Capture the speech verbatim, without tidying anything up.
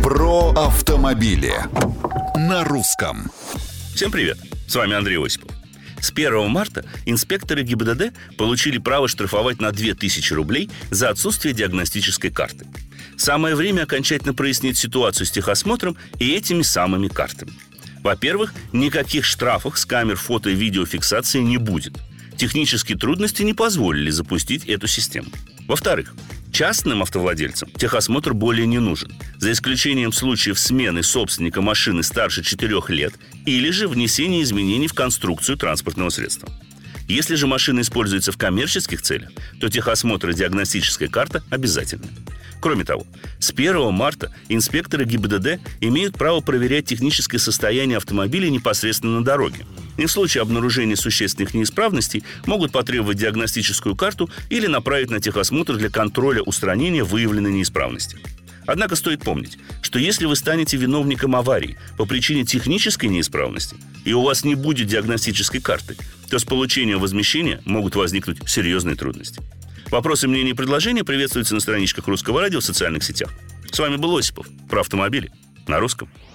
Про автомобили на русском. Всем привет, с вами Андрей Осипов. С первого марта инспекторы ГИБДД получили право штрафовать на две тысячи рублей за отсутствие диагностической карты. Самое время окончательно прояснить ситуацию с техосмотром и этими самыми картами. Во-первых, никаких штрафов с камер фото- и видеофиксации не будет. Технические трудности не позволили запустить эту систему. Во-вторых, частным автовладельцам техосмотр более не нужен, за исключением случаев смены собственника машины старше четырёх лет или же внесения изменений в конструкцию транспортного средства. Если же машина используется в коммерческих целях, то техосмотр и диагностическая карта обязательны. Кроме того, с первого марта инспекторы ГИБДД имеют право проверять техническое состояние автомобиля непосредственно на дороге. И в случае обнаружения существенных неисправностей могут потребовать диагностическую карту или направить на техосмотр для контроля устранения выявленной неисправности. Однако стоит помнить, что если вы станете виновником аварии по причине технической неисправности и у вас не будет диагностической карты, то с получением возмещения могут возникнуть серьезные трудности. Вопросы, мнения и предложения приветствуются на страничках Русского радио в социальных сетях. С вами был Осипов про автомобили на русском.